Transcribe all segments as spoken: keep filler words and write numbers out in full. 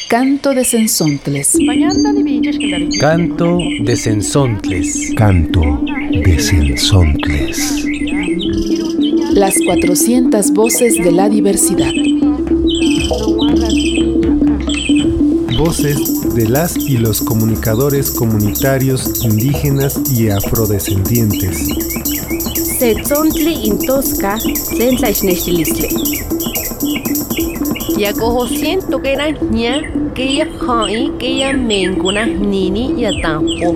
Canto de Cenzontles. Canto de Cenzontles. Canto de Cenzontles. Las cuatrocientas voces de la diversidad. Voces de las y los comunicadores comunitarios indígenas y afrodescendientes. Setzontli intosca, sensaisnestilisle. Ya cojo siento que era ña, que ya hai, que ya menguna nini ya tampo.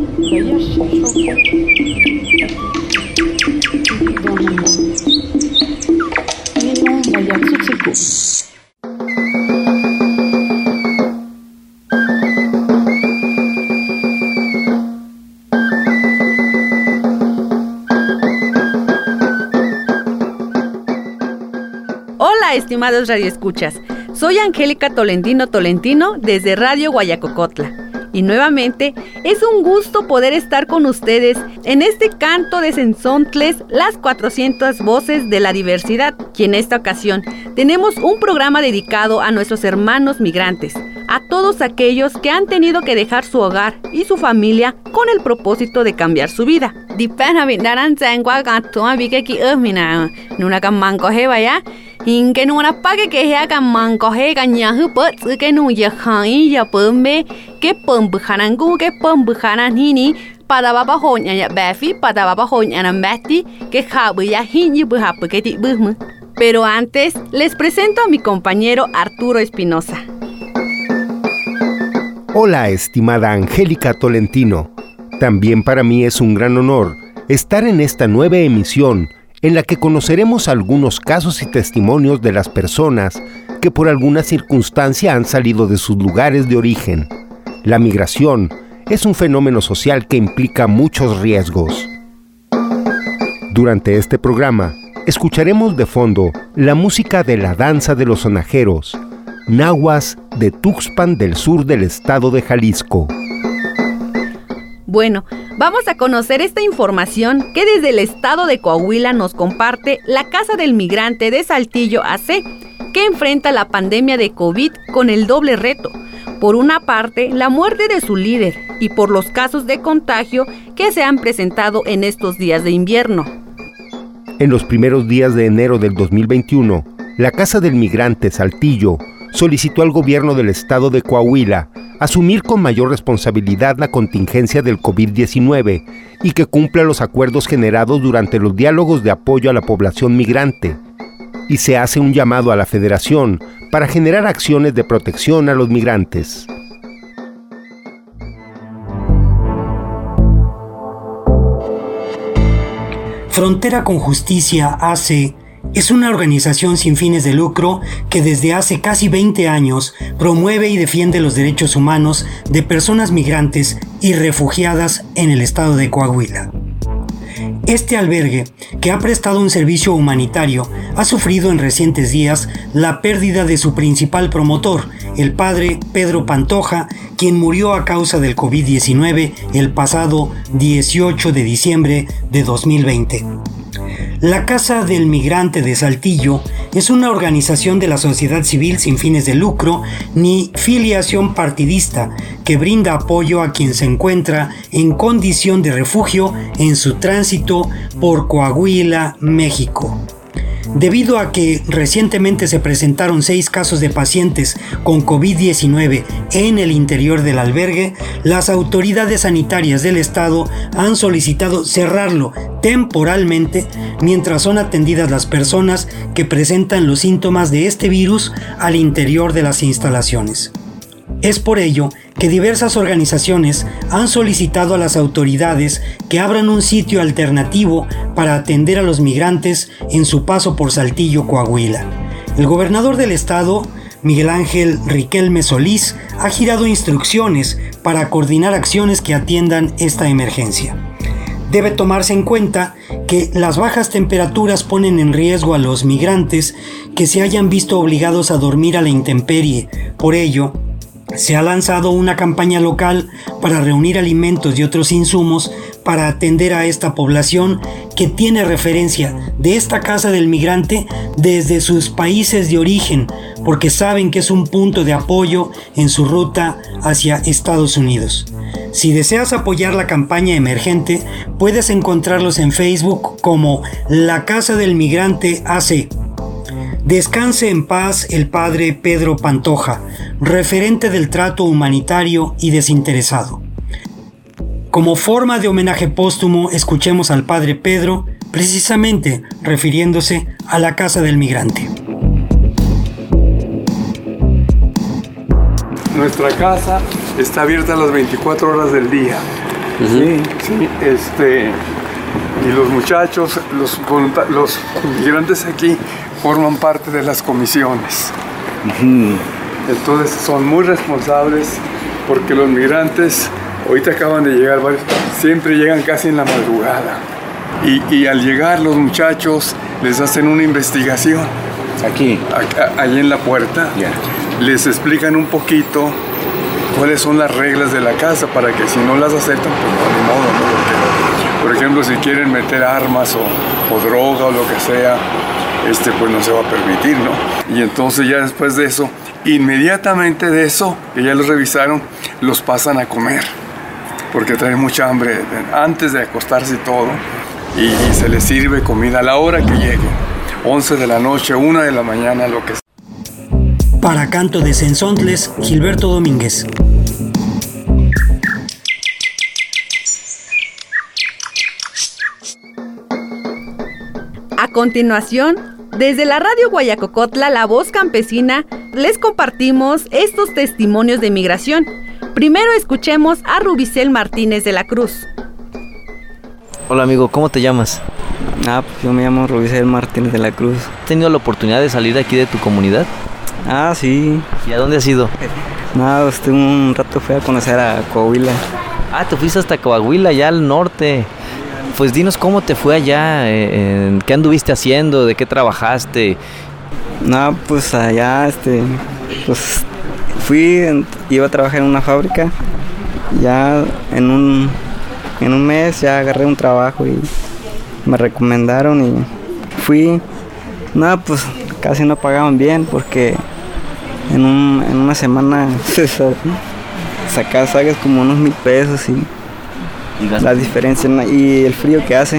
Hola, estimados radioescuchas. Soy Angélica Tolentino Tolentino desde Radio Guayacocotla. Y nuevamente es un gusto poder estar con ustedes en este canto de Cenzontles, las cuatrocientas voces de la diversidad. Y en esta ocasión tenemos un programa dedicado a nuestros hermanos migrantes, a todos aquellos que han tenido que dejar su hogar y su familia con el propósito de cambiar su vida. Hinke nuna pague que hea kan mancoge ganyahu pot que no ya hai ya pombe que pombuhanangu que pombuhananini pada baba honya ya bafi pada baba honya nambati que habu ya hinyi buhapuketi buhmu. Pero antes les presento a mi compañero Arturo Espinosa. Hola, estimada Angélica Tolentino. También para mí es un gran honor estar en esta nueva emisión en la que conoceremos algunos casos y testimonios de las personas que por alguna circunstancia han salido de sus lugares de origen. La migración es un fenómeno social que implica muchos riesgos. Durante este programa, escucharemos de fondo la música de la danza de los sonajeros, nahuas de Tuxpan del sur del estado de Jalisco. Bueno, vamos a conocer esta información que desde el estado de Coahuila nos comparte la Casa del Migrante de Saltillo A C, que enfrenta la pandemia de COVID con el doble reto. Por una parte, la muerte de su líder y por los casos de contagio que se han presentado en estos días de invierno. En los primeros días de enero del dos mil veintiuno, la Casa del Migrante Saltillo solicitó al gobierno del estado de Coahuila asumir con mayor responsabilidad la contingencia del COVID diecinueve y que cumpla los acuerdos generados durante los diálogos de apoyo a la población migrante. Y se hace un llamado a la Federación para generar acciones de protección a los migrantes. Frontera con Justicia A C es una organización sin fines de lucro que desde hace casi veinte años promueve y defiende los derechos humanos de personas migrantes y refugiadas en el estado de Coahuila. Este albergue, que ha prestado un servicio humanitario, ha sufrido en recientes días la pérdida de su principal promotor, el padre Pedro Pantoja, quien murió a causa del COVID diecinueve el pasado dieciocho de diciembre de dos mil veinte. La Casa del Migrante de Saltillo es una organización de la sociedad civil sin fines de lucro ni filiación partidista que brinda apoyo a quien se encuentra en condición de refugio en su tránsito por Coahuila, México. Debido a que recientemente se presentaron seis casos de pacientes con COVID diecinueve en el interior del albergue, las autoridades sanitarias del estado han solicitado cerrarlo temporalmente mientras son atendidas las personas que presentan los síntomas de este virus al interior de las instalaciones. Es por ello que diversas organizaciones han solicitado a las autoridades que abran un sitio alternativo para atender a los migrantes en su paso por Saltillo, Coahuila. El gobernador del estado, Miguel Ángel Riquelme Solís, ha girado instrucciones para coordinar acciones que atiendan esta emergencia. Debe tomarse en cuenta que las bajas temperaturas ponen en riesgo a los migrantes que se hayan visto obligados a dormir a la intemperie. Por ello, se ha lanzado una campaña local para reunir alimentos y otros insumos para atender a esta población que tiene referencia de esta Casa del Migrante desde sus países de origen, porque saben que es un punto de apoyo en su ruta hacia Estados Unidos. Si deseas apoyar la campaña emergente, puedes encontrarlos en Facebook como La Casa del Migrante A C. Descanse en paz el padre Pedro Pantoja, referente del trato humanitario y desinteresado. Como forma de homenaje póstumo, escuchemos al padre Pedro, precisamente refiriéndose a la Casa del Migrante. Nuestra casa está abierta las veinticuatro horas del día. Uh-huh. Sí, sí, este, y los muchachos, los, los migrantes aquí forman parte de las comisiones. Uh-huh. Entonces son muy responsables porque los migrantes, ahorita acaban de llegar, siempre llegan casi en la madrugada. Y, y al llegar los muchachos les hacen una investigación. Aquí. A, a, allí en la puerta. Yeah. Les explican un poquito cuáles son las reglas de la casa para que si no las aceptan, pues no, ni modo, ¿no? Porque, por ejemplo, si quieren meter armas o, o droga o lo que sea, este, pues no se va a permitir, ¿no? Y entonces ya después de eso, inmediatamente de eso, que ya los revisaron, los pasan a comer, porque traen mucha hambre antes de acostarse y todo, y, y se les sirve comida a la hora que lleguen, once de la noche, una de la mañana, lo que sea. Para Canto de Cenzontles, Gilberto Domínguez. A continuación, desde la Radio Guayacocotla, La Voz Campesina, les compartimos estos testimonios de migración. Primero escuchemos a Rubicel Martínez de la Cruz. Hola amigo, ¿cómo te llamas? Ah, pues yo me llamo Rubicel Martínez de la Cruz. ¿Has tenido la oportunidad de salir de aquí de tu comunidad? Ah, sí. ¿Y a dónde has ido? No, este, un rato fui a conocer a Coahuila. Ah, te fuiste hasta Coahuila, allá al norte. Pues dinos cómo te fue allá, eh, qué anduviste haciendo, de qué trabajaste. No, pues allá, este, pues fui, iba a trabajar en una fábrica. Ya en un, en un mes ya agarré un trabajo y me recomendaron y fui. No, pues casi no pagaban bien porque en, un, en una semana sacas, sacas como unos mil pesos y la diferencia y el frío que hace.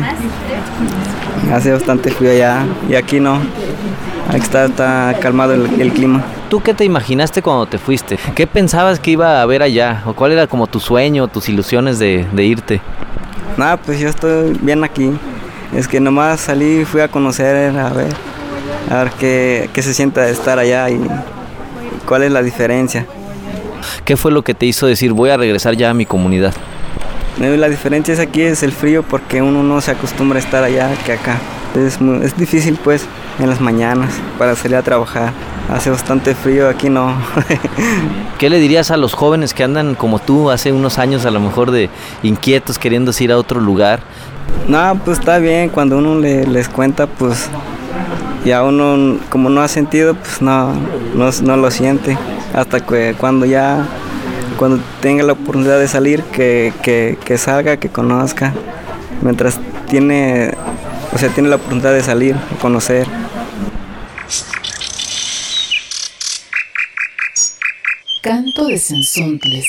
Hace bastante frío allá y aquí no. Aquí está, está calmado el, el clima. ¿Tú qué te imaginaste cuando te fuiste? ¿Qué pensabas que iba a haber allá? ¿O cuál era como tu sueño, tus ilusiones de, de irte? Nada, pues yo estoy bien aquí. Es que nomás salí y fui a conocer, a ver, a ver qué, qué se siente estar allá y cuál es la diferencia. ¿Qué fue lo que te hizo decir voy a regresar ya a mi comunidad? La diferencia es aquí es el frío porque uno no se acostumbra a estar allá que acá. Es, muy, es difícil pues en las mañanas para salir a trabajar. Hace bastante frío, aquí no. ¿Qué le dirías a los jóvenes que andan como tú hace unos años a lo mejor de inquietos queriendo ir a otro lugar? No, pues está bien, cuando uno le, les cuenta pues ya uno como no ha sentido pues no, no, no lo siente. Hasta que cuando ya, cuando tenga la oportunidad de salir, que, que, que salga, que conozca. Mientras tiene, o sea, tiene la oportunidad de salir, de conocer. Canto de Cenzontles.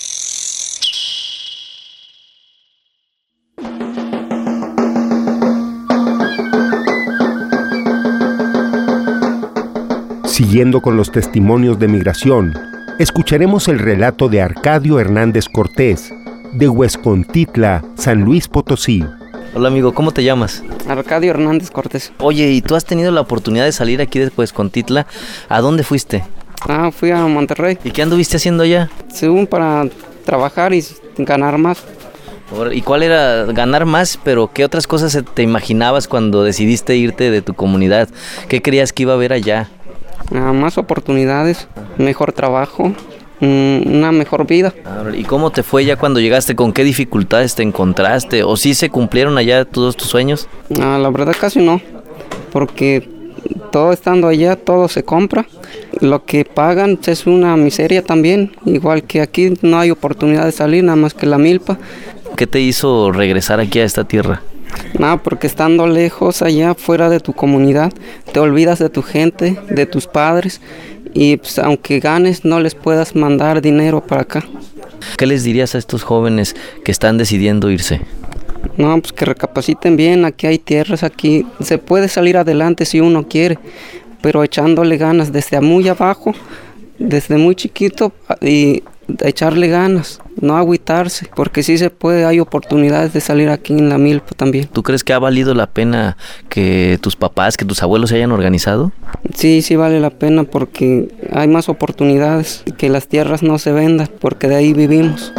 Siguiendo con los testimonios de migración, escucharemos el relato de Arcadio Hernández Cortés, de Huescontitla, San Luis Potosí. Hola amigo, ¿cómo te llamas? Arcadio Hernández Cortés. Oye, ¿y tú has tenido la oportunidad de salir aquí de Huescontitla? ¿A dónde fuiste? Ah, fui a Monterrey. ¿Y qué anduviste haciendo allá? Según para trabajar y ganar más. ¿Y cuál era ganar más? Pero ¿qué otras cosas te imaginabas cuando decidiste irte de tu comunidad? ¿Qué creías que iba a haber allá? Ah, más oportunidades, mejor trabajo, una mejor vida. ¿Y cómo te fue ya cuando llegaste? ¿Con qué dificultades te encontraste? ¿O sí se cumplieron allá todos tus sueños? Ah, la verdad casi no, porque todo estando allá, todo se compra. Lo que pagan es una miseria también, igual que aquí no hay oportunidad de salir, nada más que la milpa. ¿Qué te hizo regresar aquí a esta tierra? No, porque estando lejos allá, fuera de tu comunidad, te olvidas de tu gente, de tus padres y pues aunque ganes no les puedas mandar dinero para acá. ¿Qué les dirías a estos jóvenes que están decidiendo irse? No, pues que recapaciten bien, aquí hay tierras, aquí se puede salir adelante si uno quiere, pero echándole ganas desde muy abajo, desde muy chiquito y echarle ganas, no agüitarse, porque sí se puede, hay oportunidades de salir aquí en la milpa también. ¿Tú crees que ha valido la pena que tus papás, que tus abuelos se hayan organizado? Sí, sí vale la pena porque hay más oportunidades, que las tierras no se vendan, porque de ahí vivimos.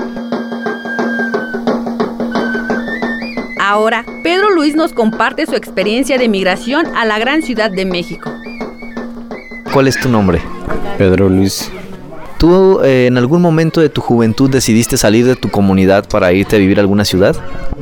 Ahora, Pedro Luis nos comparte su experiencia de migración a la gran Ciudad de México. ¿Cuál es tu nombre? Pedro Luis. ¿Tú eh, en algún momento de tu juventud decidiste salir de tu comunidad para irte a vivir a alguna ciudad?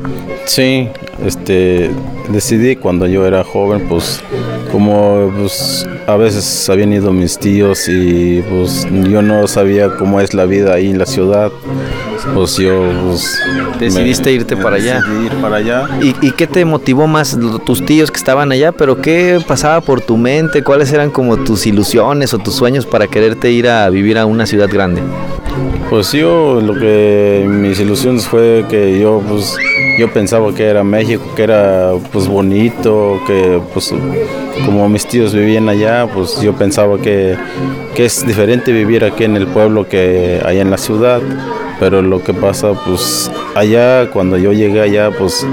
Sí, este, decidí cuando yo era joven, pues como pues, a veces habían ido mis tíos y pues yo no sabía cómo es la vida ahí en la ciudad, pues yo pues, decidiste me, irte para allá. Decidí ir para allá. ¿Y, ¿Y qué te motivó más? Tus tíos que estaban allá, pero ¿qué pasaba por tu mente? ¿Cuáles eran como tus ilusiones o tus sueños para quererte ir a vivir a una ciudad grande? Pues yo, lo que mis ilusiones fue que yo pues yo pensaba que era México, que era pues bonito, que pues como mis tíos vivían allá, pues yo pensaba que, que es diferente vivir aquí en el pueblo que allá en la ciudad. Pero lo que pasa, pues allá, cuando yo llegué allá, pues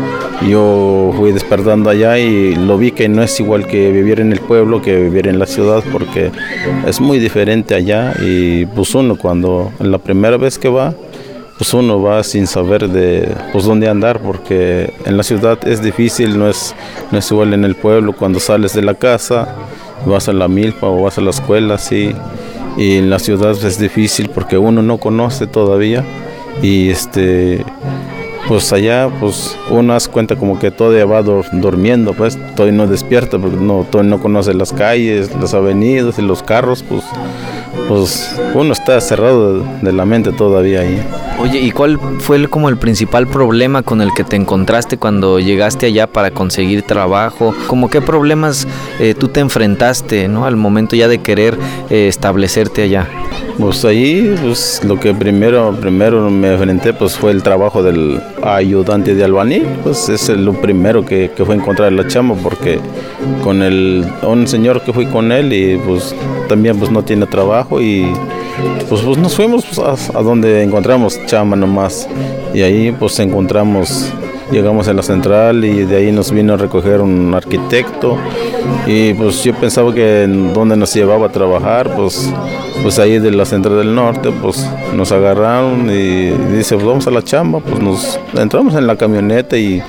yo fui despertando allá y lo vi que no es igual que vivir en el pueblo que vivir en la ciudad, porque es muy diferente allá. Y pues uno cuando, la primera vez que va, pues uno va sin saber de pues dónde andar, porque en la ciudad es difícil, no es, no es igual en el pueblo. Cuando sales de la casa, vas a la milpa o vas a la escuela, sí. Y en la ciudad es difícil porque uno no conoce todavía y este pues allá pues uno hace cuenta como que todavía va dor- durmiendo, pues todavía no despierta porque no, todavía no conoce las calles, las avenidas y los carros, pues pues uno está cerrado de, de la mente todavía ahí. Oye, ¿y cuál fue el, como el principal problema con el que te encontraste cuando llegaste allá para conseguir trabajo? ¿Cómo qué problemas eh, tú te enfrentaste, ¿no? Al momento ya de querer eh, establecerte allá? Pues ahí, pues lo que primero, primero me enfrenté, pues fue el trabajo del ayudante de albañil, pues es lo primero que, que fue encontrar la chamba, porque con el, un señor que fui con él y pues también pues no tiene trabajo y pues, pues nos fuimos pues, a, a donde encontramos chamba nomás y ahí pues encontramos, llegamos a la central y de ahí nos vino a recoger un arquitecto y pues yo pensaba que en donde nos llevaba a trabajar, pues pues ahí de la central del norte, pues nos agarraron y dice, pues vamos a la chamba, pues nos entramos en la camioneta y,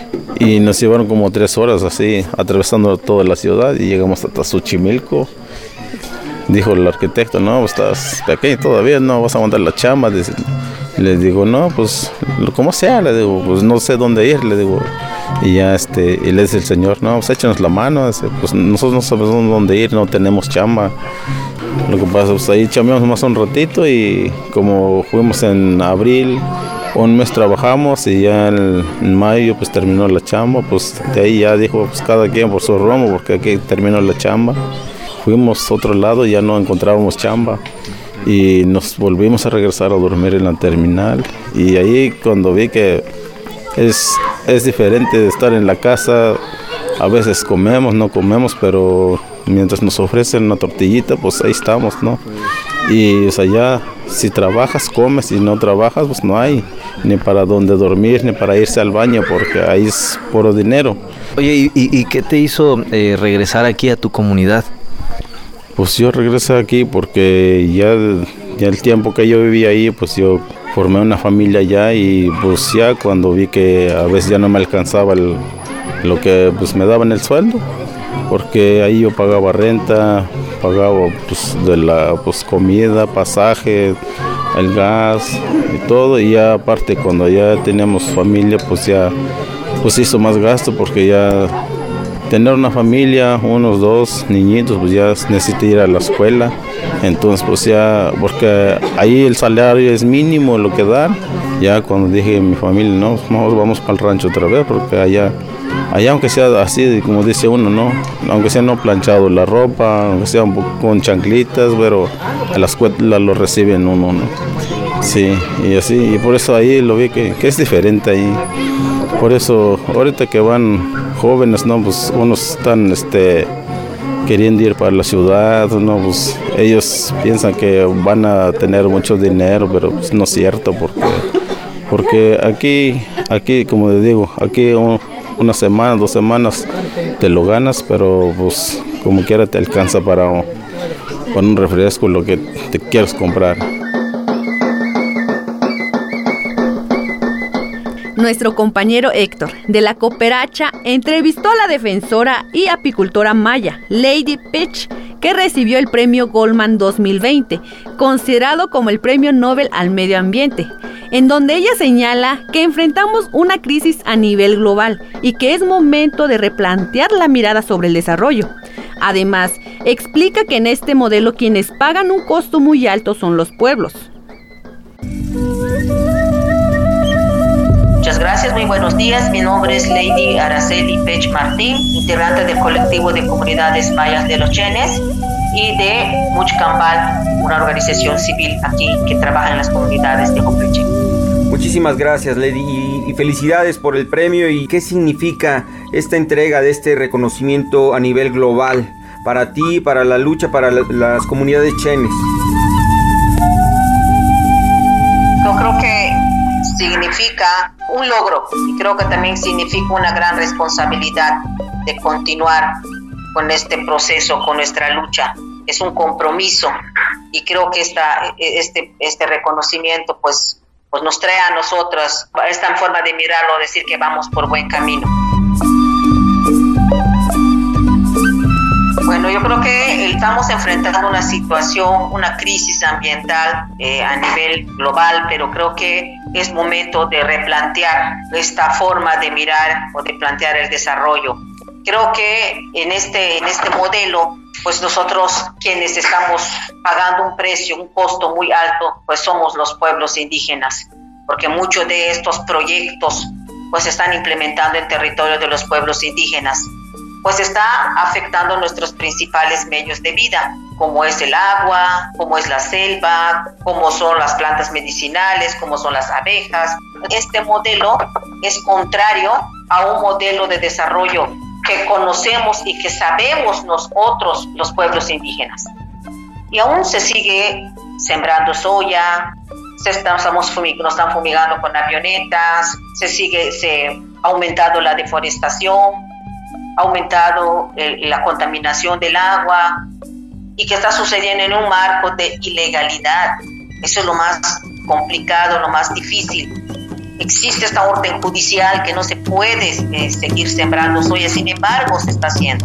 y nos llevaron como tres horas así, atravesando toda la ciudad y llegamos hasta Xochimilco. Dijo el arquitecto, no, pues estás pequeño todavía, no vas a aguantar la chamba. Dice, le digo, no, pues como sea, le digo, pues no sé dónde ir, le digo. Y ya este, y le dice el señor, no, pues échanos la mano, dice, pues nosotros no sabemos dónde ir, no tenemos chamba. Lo que pasa, pues ahí chambeamos más un ratito y como fuimos en abril, un mes trabajamos y ya en, en mayo pues terminó la chamba, pues de ahí ya dijo, pues cada quien por su rumbo, porque aquí terminó la chamba. Fuimos a otro lado y ya no encontrábamos chamba y nos volvimos a regresar a dormir en la terminal y ahí cuando vi que es, es diferente de estar en la casa, a veces comemos, no comemos, pero mientras nos ofrecen una tortillita, pues ahí estamos, ¿no? Y o sea, ya si trabajas, comes, si no trabajas, pues no hay ni para dónde dormir, ni para irse al baño, porque ahí es puro dinero. Oye, ¿y, y, y qué te hizo eh, regresar aquí a tu comunidad? Pues yo regresé aquí porque ya, ya el tiempo que yo viví ahí, pues yo formé una familia allá y pues ya cuando vi que a veces ya no me alcanzaba el, lo que pues me daban el sueldo, porque ahí yo pagaba renta, pagaba pues de la pues comida, pasaje, el gas y todo, y ya aparte cuando ya teníamos familia pues ya pues hizo más gasto, porque ya tener una familia, unos dos niñitos, pues ya necesita ir a la escuela. Entonces pues ya, porque ahí el salario es mínimo lo que dan. Ya cuando dije a mi familia, no, mejor vamos para el rancho otra vez, porque allá allá aunque sea así, como dice uno, ¿no? Aunque sea no planchado la ropa, aunque sea un poco con chanclitas, pero a la escuela lo reciben uno, ¿no? Sí, y así, y por eso ahí lo vi que, que es diferente ahí. Por eso, ahorita que van jóvenes, ¿no? Pues unos están, este, queriendo ir para la ciudad, ¿no? Pues ellos piensan que van a tener mucho dinero, pero pues no es cierto, porque, porque aquí, aquí, como les digo, aquí un, una semana, dos semanas te lo ganas, pero pues como quiera te alcanza para, para un refresco, lo que te quieras comprar. Nuestro compañero Héctor, de la Cooperacha, entrevistó a la defensora y apicultora maya, Lady Peach, que recibió el premio Goldman dos mil veinte, considerado como el premio Nobel al medio ambiente, en donde ella señala que enfrentamos una crisis a nivel global y que es momento de replantear la mirada sobre el desarrollo. Además, explica que en este modelo quienes pagan un costo muy alto son los pueblos. Muchas gracias, muy buenos días. Mi nombre es Lady Araceli Pech Martín, integrante del colectivo de comunidades mayas de los Chenes y de Muchcambal, una organización civil aquí que trabaja en las comunidades de Jopeche. Muchísimas gracias, Lady, y, y felicidades por el premio. ¿Y qué significa esta entrega de este reconocimiento a nivel global para ti, para la lucha, para la, las comunidades Chenes? Yo creo que significa un logro y creo que también significa una gran responsabilidad de continuar con este proceso, con nuestra lucha. Es un compromiso y creo que esta, este, este reconocimiento pues, pues nos trae a nosotros esta forma de mirarlo, decir que vamos por buen camino. Bueno, yo creo que estamos enfrentando una situación, una crisis ambiental eh, a nivel global, pero creo que es momento de replantear esta forma de mirar o de plantear el desarrollo. Creo que en este, en este modelo, pues nosotros quienes estamos pagando un precio, un costo muy alto, pues somos los pueblos indígenas, porque muchos de estos proyectos pues se están implementando en territorio de los pueblos indígenas. Pues está afectando nuestros principales medios de vida, como es el agua, como es la selva, como son las plantas medicinales, como son las abejas. Este modelo es contrario a un modelo de desarrollo que conocemos y que sabemos nosotros, los pueblos indígenas. Y aún se sigue sembrando soya, se están, estamos fumig- nos están fumigando con avionetas, se sigue se, ha aumentado la deforestación, ha aumentado el, la contaminación del agua y que está sucediendo en un marco de ilegalidad. Eso es lo más complicado, lo más difícil. Existe esta orden judicial que no se puede eh, seguir sembrando soya, sin embargo se está haciendo.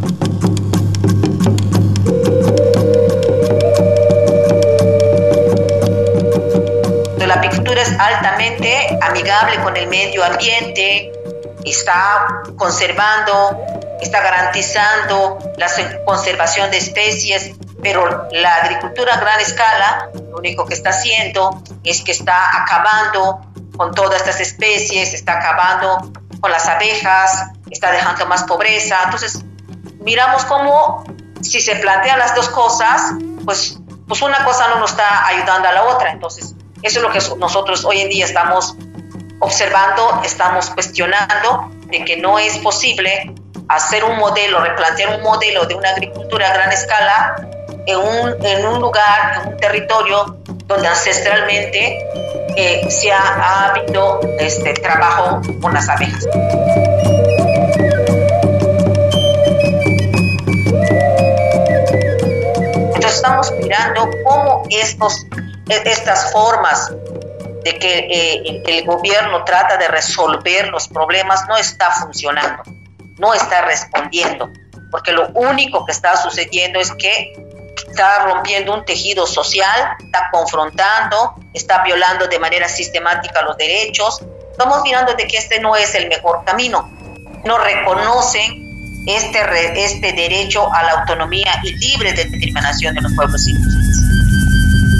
La apicultura es altamente amigable con el medio ambiente, está conservando, está garantizando la conservación de especies, pero la agricultura a gran escala lo único que está haciendo es que está acabando con todas estas especies, está acabando con las abejas, está dejando más pobreza. Entonces, miramos cómo si se plantean las dos cosas, pues, pues una cosa no nos está ayudando a la otra. Entonces, eso es lo que nosotros hoy en día estamos observando, estamos cuestionando de que no es posible hacer un modelo, replantear un modelo de una agricultura a gran escala en un, en un lugar, en un territorio donde ancestralmente eh, se ha, ha habido este trabajo con las abejas. Entonces estamos mirando cómo estos, estas formas de que eh, el gobierno trata de resolver los problemas no está funcionando, no está respondiendo, porque lo único que está sucediendo es que está rompiendo un tejido social, está confrontando, está violando de manera sistemática los derechos. Estamos mirando de que este no es el mejor camino. No reconocen este, re, este derecho a la autonomía y libre determinación de los pueblos indígenas.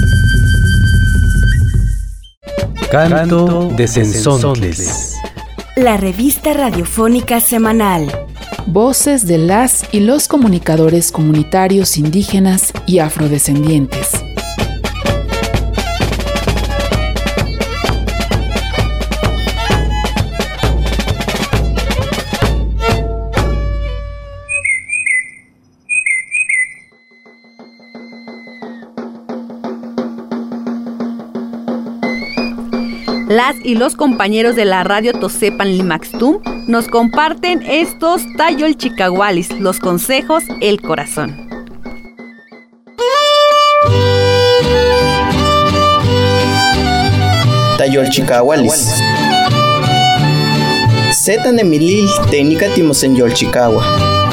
Canto de Sensontles. la revista radiofónica semanal. Voces de las y los comunicadores comunitarios indígenas y afrodescendientes. Las y los compañeros de la radio Tosepan Limaxtum nos comparten estos Tayolchicahualis, los consejos, el corazón. Tayolchicahualis. Setan emilil técnica timos en Yolchicagua.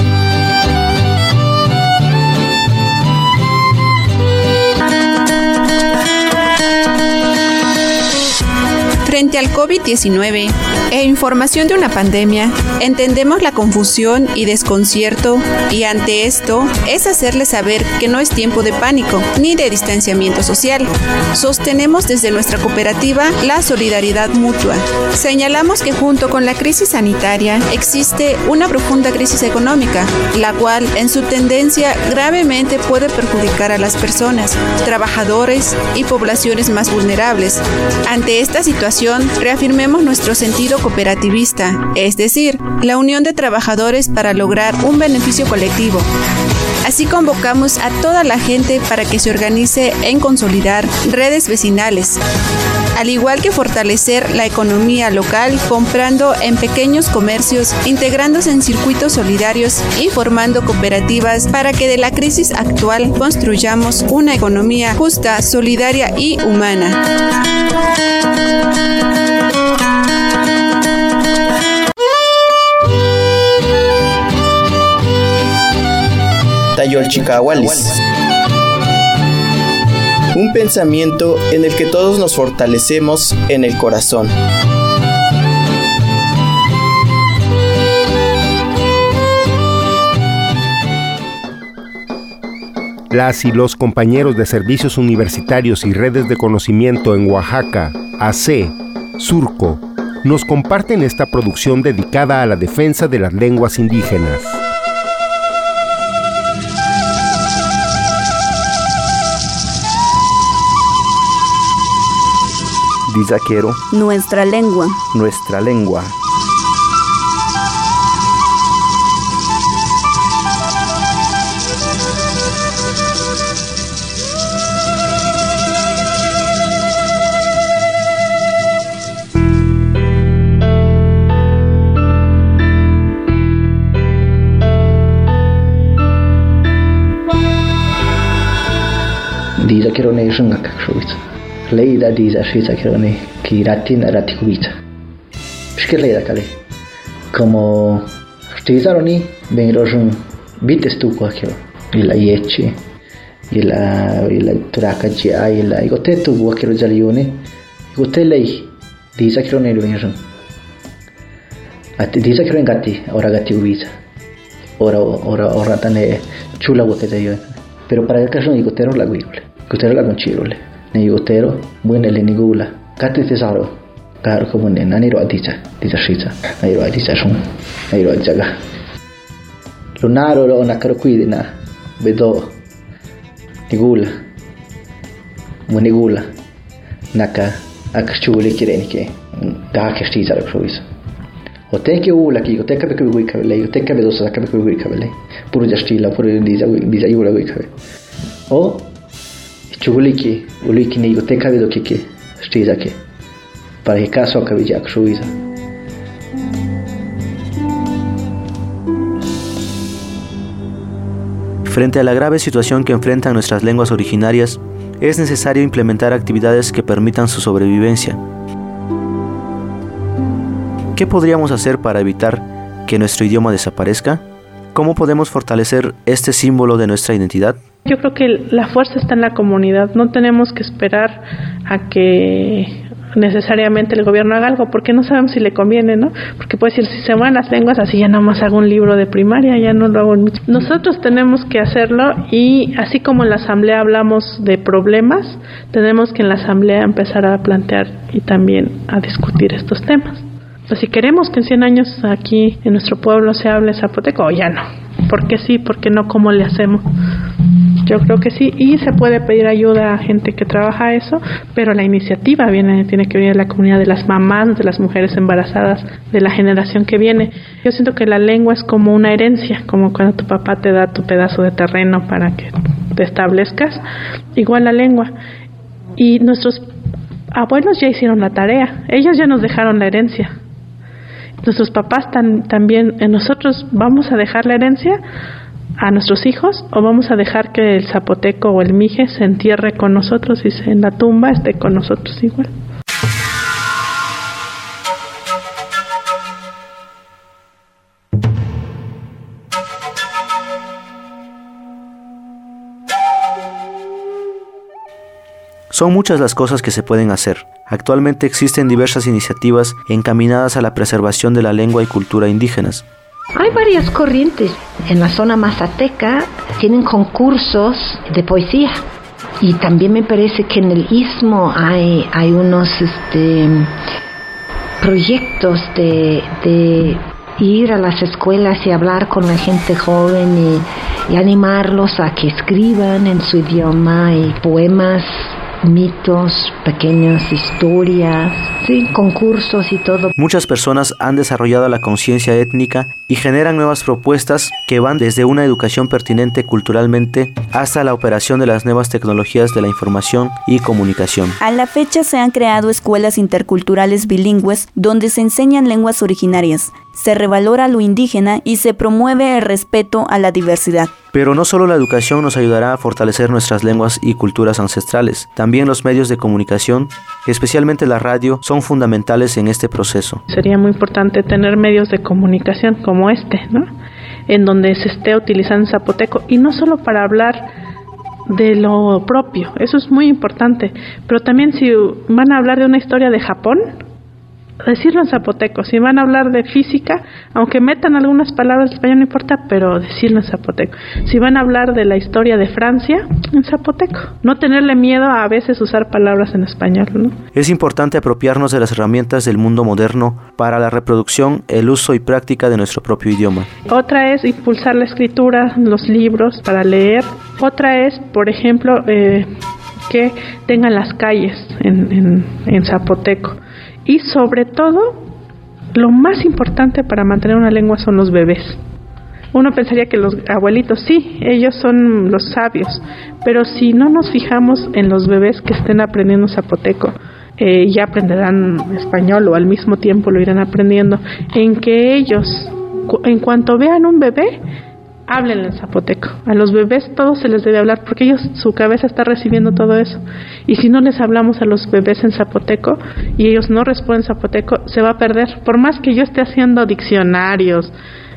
Frente al COVID diecinueve e información de una pandemia, entendemos la confusión y desconcierto, y ante esto es hacerles saber que no es tiempo de pánico ni de distanciamiento social. Sostenemos desde nuestra cooperativa la solidaridad mutua. Señalamos que junto con la crisis sanitaria existe una profunda crisis económica, la cual en su tendencia gravemente puede perjudicar a las personas, trabajadores y poblaciones más vulnerables. Ante esta situación, reafirmemos nuestro sentido cooperativista, es decir, la unión de trabajadores para lograr un beneficio colectivo. Así convocamos a toda la gente para que se organice en consolidar redes vecinales, al igual que fortalecer la economía local comprando en pequeños comercios, integrándose en circuitos solidarios y formando cooperativas para que de la crisis actual construyamos una economía justa, solidaria y humana. Tayolchicahualis. Un pensamiento en el que todos nos fortalecemos en el corazón. Las y los compañeros de servicios universitarios y redes de conocimiento en Oaxaca, A C, Surco, nos comparten esta producción dedicada a la defensa de las lenguas indígenas. Dizaquero. Nuestra lengua. Nuestra lengua. Dizaquero ne shungak shubitsa. Leida diza shiza kirone ki ratin ratikubita. Shkeleida kale. Como stizaroni bengrojun bites tu kwakio. Ila yechi. Ila ila turaka jia ila igotetu wakiro jalione. Igotelei diza kirone bengrojun. Ati diza kirone gati ora gati ubita. Ora ora ora tane chula gotete yo. Pero para el caso igotero la guirole. Igotero la conchirole. Ne yotero buene le nigula kati tesaro kar como ne naniro adisa disa shita naniro adisa shun naniro adjaga lunaro lo nakaro kuidina bedo nigula munigula naka akchule kirenike ga ke shita ro showis oteke ula ki oteka be kubi kabele oteka be dosa kabe kubi kabele puru jastila puru disa disa yula kubi kabe o chuguliki uliki ni goteca de dokike stizake para que caso acabe ya cruiza. Frente a la grave situación que enfrentan nuestras lenguas originarias, es necesario implementar actividades que permitan su sobrevivencia. ¿Qué podríamos hacer para evitar que nuestro idioma desaparezca? ¿Cómo podemos fortalecer este símbolo de nuestra identidad? Yo creo que la fuerza está en la comunidad. No tenemos que esperar a que necesariamente el gobierno haga algo, porque no sabemos si le conviene, ¿no? Porque puede decir, si se mueven las lenguas, así ya nada más hago un libro de primaria, ya no lo hago en... Nosotros tenemos que hacerlo, y así como en la asamblea hablamos de problemas, tenemos que en la asamblea empezar a plantear y también a discutir estos temas. Pues si queremos que en cien años aquí en nuestro pueblo se hable zapoteco, o ya no. ¿Por qué sí? ¿Por qué no? ¿Cómo le hacemos? Yo creo que sí, y se puede pedir ayuda a gente que trabaja eso, pero la iniciativa viene, tiene que venir de la comunidad, de las mamás, de las mujeres embarazadas, de la generación que viene. Yo siento que la lengua es como una herencia, como cuando tu papá te da tu pedazo de terreno para que te establezcas, igual la lengua. Y nuestros abuelos ya hicieron la tarea, ellos ya nos dejaron la herencia. Nuestros papás tan, también, nosotros vamos a dejar la herencia a nuestros hijos, o vamos a dejar que el zapoteco o el mije se entierre con nosotros y se en la tumba esté con nosotros igual. Son muchas las cosas que se pueden hacer. Actualmente existen diversas iniciativas encaminadas a la preservación de la lengua y cultura indígenas. Hay varias corrientes. En la zona mazateca tienen concursos de poesía. Y también me parece que en el Istmo hay, hay unos este, proyectos de, de ir a las escuelas y hablar con la gente joven y, y animarlos a que escriban en su idioma y poemas, mitos, pequeñas historias, sí, concursos y todo. Muchas personas han desarrollado la conciencia étnica y generan nuevas propuestas que van desde una educación pertinente culturalmente hasta la operación de las nuevas tecnologías de la información y comunicación. A la fecha se han creado escuelas interculturales bilingües donde se enseñan lenguas originarias, se revalora lo indígena y se promueve el respeto a la diversidad. Pero no solo la educación nos ayudará a fortalecer nuestras lenguas y culturas ancestrales, también los medios de comunicación, especialmente la radio, son fundamentales en este proceso. Sería muy importante tener medios de comunicación como este, ¿no? En donde se esté utilizando zapoteco, y no solo para hablar de lo propio, eso es muy importante, pero también si van a hablar de una historia de Japón, decirlo en zapoteco. Si van a hablar de física, aunque metan algunas palabras de español, no importa, pero decirlo en zapoteco. Si van a hablar de la historia de Francia, en zapoteco. No tenerle miedo a, a veces usar palabras en español, ¿no? Es importante apropiarnos de las herramientas del mundo moderno para la reproducción, el uso y práctica de nuestro propio idioma. Otra es impulsar la escritura, los libros para leer. Otra es, por ejemplo, eh, que tengan las calles en, en, en zapoteco. Y sobre todo, lo más importante para mantener una lengua son los bebés. Uno pensaría que los abuelitos, sí, ellos son los sabios, pero si no nos fijamos en los bebés que estén aprendiendo zapoteco, eh, ya aprenderán español o al mismo tiempo lo irán aprendiendo, en que ellos, en cuanto vean un bebé, háblenle en zapoteco. A los bebés todo se les debe hablar porque ellos, su cabeza está recibiendo todo eso. Y si no les hablamos a los bebés en zapoteco y ellos no responden zapoteco, se va a perder. Por más que yo esté haciendo diccionarios,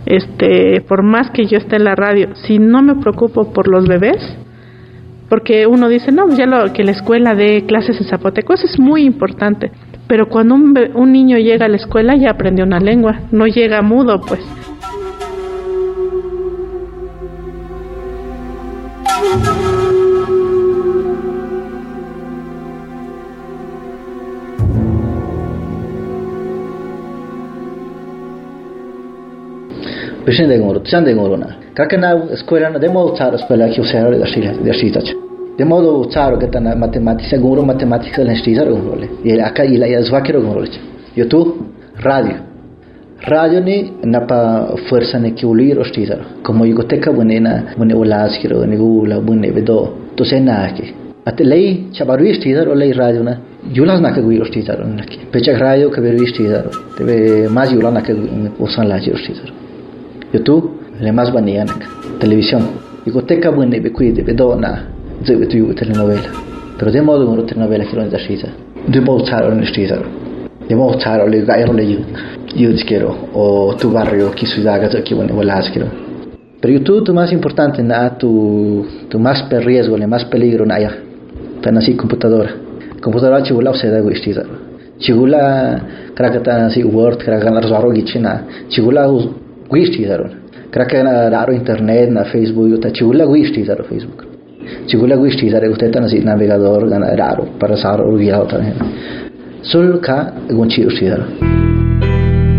este, por más que yo esté en la radio, si no me preocupo por los bebés, porque uno dice, no, ya lo que la escuela dé clases en zapoteco, eso es muy importante. Pero cuando un, be- un niño llega a la escuela ya aprendió una lengua, no llega mudo, pues. Beshin de goro, chan de goro na. Kakana escuela na demo tsaro escuela que usar de ashila de ashitach. De modo tsaro que tan matemática goro matemática la ashitach goro le. Y acá y la ya zwakero goro. YouTube, radio. Radio ni napa fuerza ne que ulir ashitach. Como yugoteca bunena, bune ulaskiro ne gula bune bedo. To se na aquí. Ate lei chabaru ashitach o lei radio na. Yulas na que guiro ashitach na aquí. Pecha radio que veru ashitach. Debe más yulana que usan la ashitach. YouTube, le más banianak, televisión. Yugoteca buena be cuide be dona, zebe tu telenovela. Pero de modo una telenovela que no es así. De modo charo en estilo. De modo charo le gairo le yud. Yud quiero o tu barrio que ciudad que que bueno volas quiero. Pero YouTube tu más importante na tu tu más per riesgo, le más peligro na ya. Tan así computadora. Computadora chula se da estilo. Chula krakata así Word, krakata zaro gichina. Chula guisti daron. Kraka na raro internet na Facebook ta chula guisti daro Facebook. Chula guisti daro usted tan así navegador gana raro para saro via otra. Sul ka gunchi usti daro.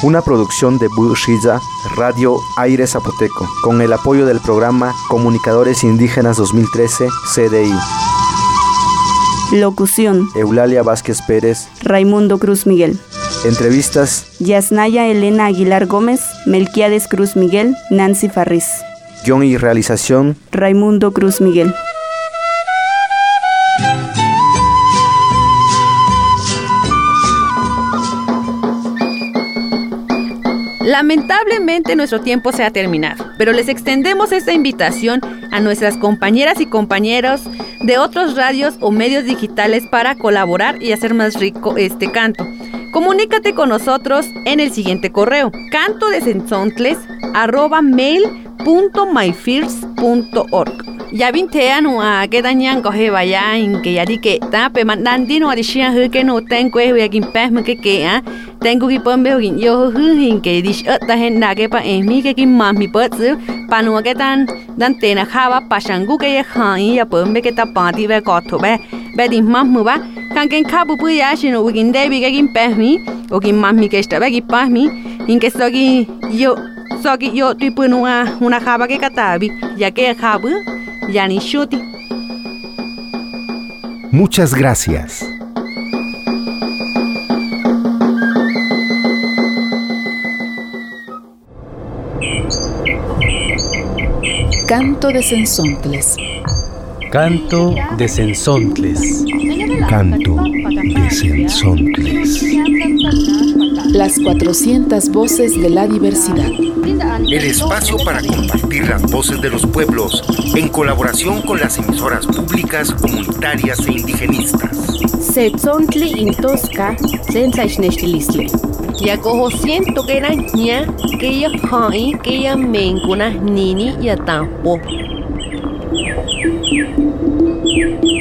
una producción de Bushiza, Radio Aire Zapoteco, con el apoyo del programa Comunicadores Indígenas dos mil trece, C D I. Locución: Eulalia Vázquez Pérez, Raimundo Cruz Miguel. Entrevistas: Yasnaya Elena Aguilar Gómez, Melquiades Cruz Miguel, Nancy Farris. Guión y realización: Raimundo Cruz Miguel. Lamentablemente nuestro tiempo se ha terminado, pero les extendemos esta invitación a nuestras compañeras y compañeros de otros radios o medios digitales para colaborar y hacer más rico este canto. Comunícate con nosotros en el siguiente correo: cantodesensontles arroba mail punto myfirst punto org. Ya vinteanu a que dañan coge vaya en que ya di que ta pe mandan dino a dician que no tengo que que impesme que que ah tengo que pombe que yo hin que dis ta hen na que pa en mi que que mami pot pa no que tan dan tena java pa shangu que ya han ya pombe que ta party ve goto be be di mamu ba kan ken kabu pu ya shino wigin debi que impesmi o que mami que está be que pa mi in que sogi yo sogi yo tipo una una java que katabi ya que jabu Yani Shuti. Muchas gracias. Canto de Sensontles. Canto de Sensontles. Canto de Sensontles. Las cuatrocientas voces de la diversidad. El espacio para compartir las voces de los pueblos en colaboración con las emisoras públicas, comunitarias e indigenistas. Setzontli intosca, sensaisnestilistle. Ya cojo siento que era ña, que ya hai, que ya mencuna nini ya tampo.